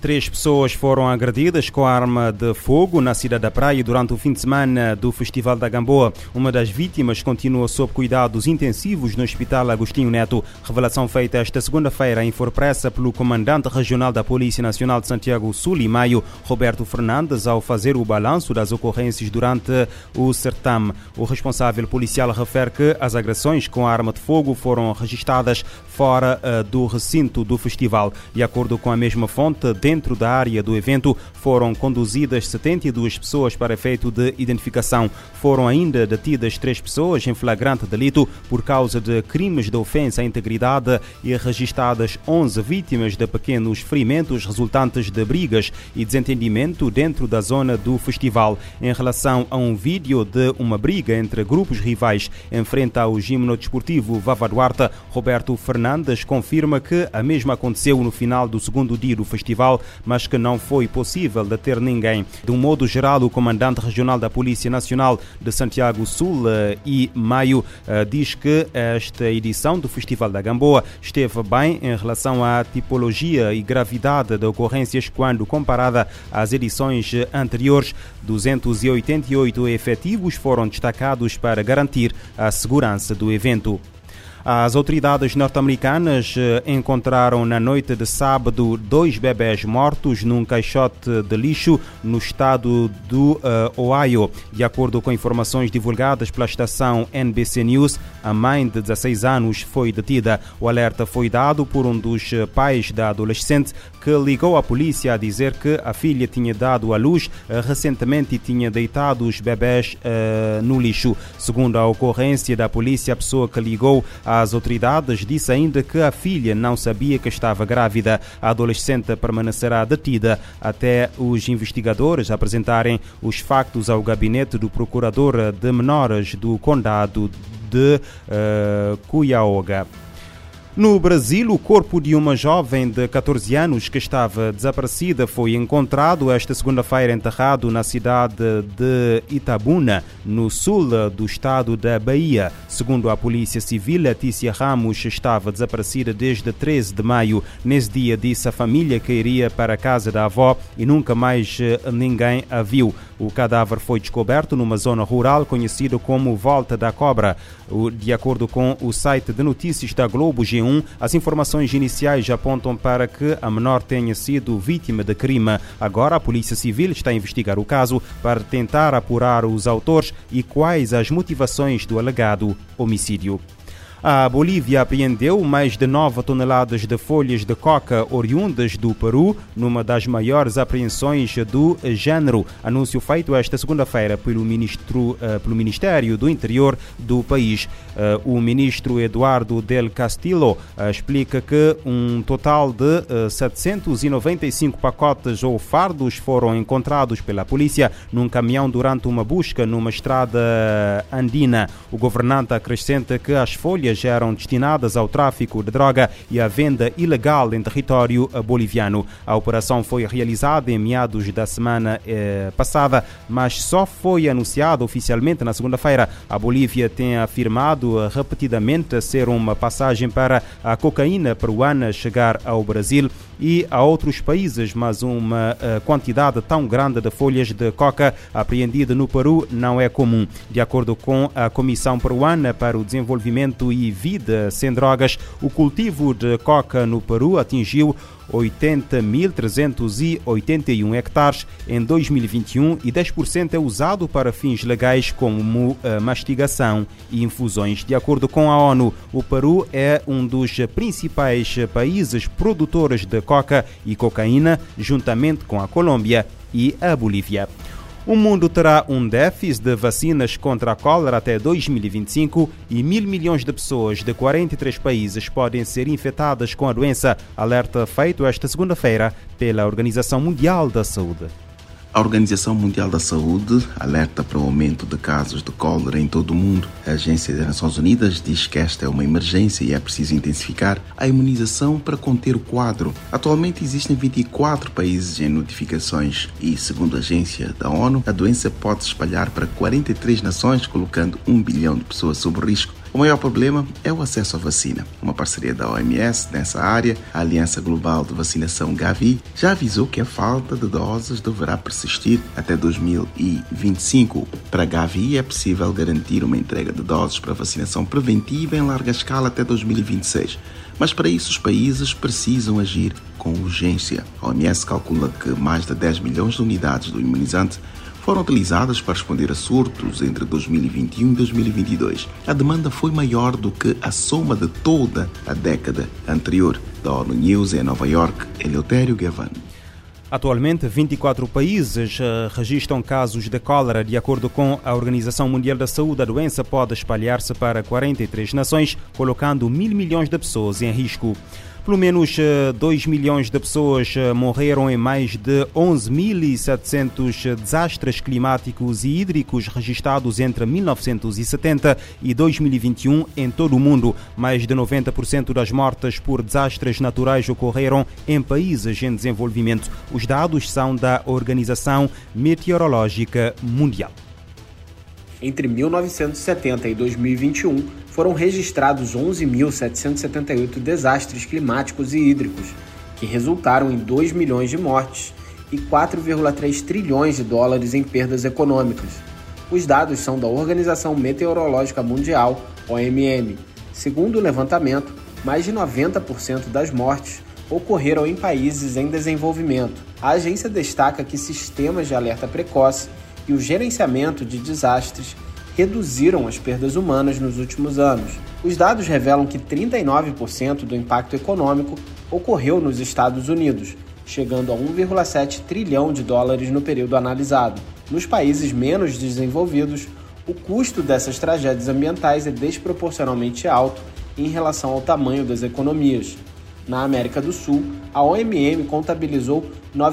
3 pessoas foram agredidas com arma de fogo na cidade da Praia durante o fim de semana do Festival da Gamboa. Uma das vítimas continua sob cuidados intensivos no Hospital Agostinho Neto. Revelação feita esta segunda-feira em Forpressa pelo comandante regional da Polícia Nacional de Santiago Sul e Maio, Roberto Fernandes, ao fazer o balanço das ocorrências durante o certame. O responsável policial refere que as agressões com arma de fogo foram registadas fora do recinto do festival. De acordo com a mesma fonte, dentro da área do evento foram conduzidas 72 pessoas para efeito de identificação. Foram ainda detidas 3 pessoas em flagrante delito por causa de crimes de ofensa à integridade e registadas 11 vítimas de pequenos ferimentos resultantes de brigas e desentendimento dentro da zona do festival. Em relação a um vídeo de uma briga entre grupos rivais em frente ao gimno desportivo Vava Duarte, Roberto Fernandes confirma que a mesma aconteceu no final do segundo dia do festival, mas que não foi possível deter ninguém. De um modo geral, o comandante regional da Polícia Nacional de Santiago Sul e Maio diz que esta edição do Festival da Gamboa esteve bem em relação à tipologia e gravidade de ocorrências quando comparada às edições anteriores. 288 efetivos foram destacados para garantir a segurança do evento. As autoridades norte-americanas encontraram na noite de sábado 2 bebés mortos num caixote de lixo no estado do Ohio. De acordo com informações divulgadas pela estação NBC News, a mãe de 16 anos foi detida. O alerta foi dado por um dos pais da adolescente, que ligou à polícia a dizer que a filha tinha dado à luz recentemente e tinha deitado os bebés no lixo. Segundo a ocorrência da polícia, a pessoa que ligou às autoridades disse ainda que a filha não sabia que estava grávida. A adolescente permanecerá detida até os investigadores apresentarem os factos ao gabinete do procurador de menores do condado de Cuyahoga. No Brasil, o corpo de uma jovem de 14 anos que estava desaparecida foi encontrado esta segunda-feira enterrado na cidade de Itabuna, no sul do estado da Bahia. Segundo a Polícia Civil, Letícia Ramos estava desaparecida desde 13 de maio. Nesse dia, disse a família que iria para a casa da avó e nunca mais ninguém a viu. O cadáver foi descoberto numa zona rural conhecida como Volta da Cobra. De acordo com o site de notícias da Globo G1, as informações iniciais apontam para que a menor tenha sido vítima de crime. Agora a Polícia Civil está a investigar o caso para tentar apurar os autores e quais as motivações do alegado homicídio. A Bolívia apreendeu mais de 9 toneladas de folhas de coca oriundas do Peru, numa das maiores apreensões do género. Anúncio feito esta segunda-feira pelo Ministério do Interior do país. O ministro Eduardo del Castillo explica que um total de 795 pacotes ou fardos foram encontrados pela polícia num caminhão durante uma busca numa estrada andina. O governante acrescenta que as folhas eram destinadas ao tráfico de droga e à venda ilegal em território boliviano. A operação foi realizada em meados da semana passada, mas só foi anunciada oficialmente na segunda-feira. A Bolívia tem afirmado repetidamente ser uma passagem para a cocaína peruana chegar ao Brasil e a outros países, mas uma quantidade tão grande de folhas de coca apreendida no Peru não é comum. De acordo com a Comissão Peruana para o Desenvolvimento e Vida Sem Drogas, o cultivo de coca no Peru atingiu 80.381 hectares em 2021 e 10% é usado para fins legais como mastigação e infusões. De acordo com a ONU, o Peru é um dos principais países produtores de coca e cocaína, juntamente com a Colômbia e a Bolívia. O mundo terá um déficit de vacinas contra a cólera até 2025 e 1.000 milhões de pessoas de 43 países podem ser infectadas com a doença, alerta feito esta segunda-feira pela Organização Mundial da Saúde. A Organização Mundial da Saúde alerta para o aumento de casos de cólera em todo o mundo. A Agência das Nações Unidas diz que esta é uma emergência e é preciso intensificar a imunização para conter o quadro. Atualmente existem 24 países em notificações e, segundo a agência da ONU, a doença pode se espalhar para 43 nações, colocando 1 bilhão de pessoas sob risco. O maior problema é o acesso à vacina. Uma parceria da OMS nessa área, a Aliança Global de Vacinação Gavi, já avisou que a falta de doses deverá persistir até 2025. Para a Gavi, é possível garantir uma entrega de doses para vacinação preventiva em larga escala até 2026. Mas para isso os países precisam agir com urgência. A OMS calcula que mais de 10 milhões de unidades do imunizante foram utilizadas para responder a surtos entre 2021 e 2022. A demanda foi maior do que a soma de toda a década anterior. Da ONU News em Nova York, Eleutério Gavan. Atualmente, 24 países registram casos de cólera. De acordo com a Organização Mundial da Saúde, a doença pode espalhar-se para 43 nações, colocando 1.000 milhões de pessoas em risco. Pelo menos 2 milhões de pessoas morreram em mais de 11.700 desastres climáticos e hídricos registrados entre 1970 e 2021 em todo o mundo. Mais de 90% das mortes por desastres naturais ocorreram em países em desenvolvimento. Os dados são da Organização Meteorológica Mundial. Entre 1970 e 2021, foram registrados 11.778 desastres climáticos e hídricos, que resultaram em 2 milhões de mortes e 4,3 trilhões de dólares em perdas econômicas. Os dados são da Organização Meteorológica Mundial, OMM. Segundo o levantamento, mais de 90% das mortes ocorreram em países em desenvolvimento. A agência destaca que sistemas de alerta precoce e o gerenciamento de desastres reduziram as perdas humanas nos últimos anos. Os dados revelam que 39% do impacto econômico ocorreu nos Estados Unidos, chegando a 1,7 trilhão de dólares no período analisado. Nos países menos desenvolvidos, o custo dessas tragédias ambientais é desproporcionalmente alto em relação ao tamanho das economias. Na América do Sul, a OMM contabilizou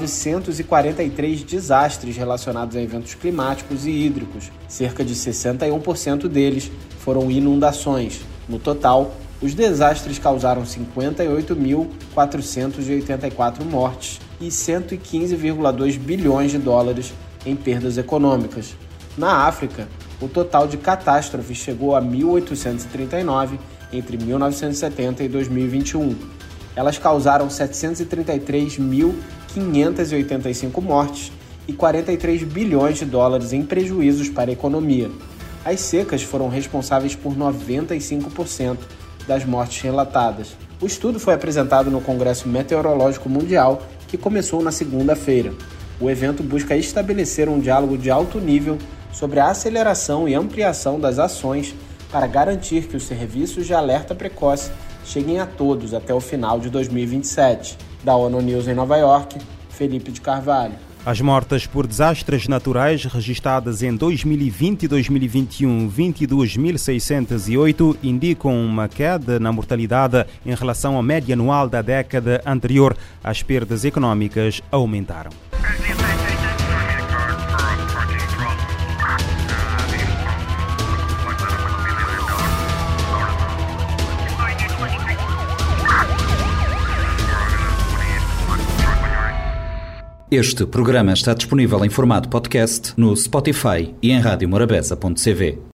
943 desastres relacionados a eventos climáticos e hídricos. Cerca de 61% deles foram inundações. No total, os desastres causaram 58.484 mortes e 115,2 bilhões de dólares em perdas econômicas. Na África, o total de catástrofes chegou a 1.839 entre 1970 e 2021. Elas causaram 733.585 mortes e 43 bilhões de dólares em prejuízos para a economia. As secas foram responsáveis por 95% das mortes relatadas. O estudo foi apresentado no Congresso Meteorológico Mundial, que começou na segunda-feira. O evento busca estabelecer um diálogo de alto nível sobre a aceleração e ampliação das ações para garantir que os serviços de alerta precoce cheguem a todos até o final de 2027. Da ONU News em Nova York, Felipe de Carvalho. As mortes por desastres naturais registradas em 2020 e 2021, 22.608, indicam uma queda na mortalidade em relação à média anual da década anterior. As perdas econômicas aumentaram. Este programa está disponível em formato podcast no Spotify e em radiomorabeza.cv.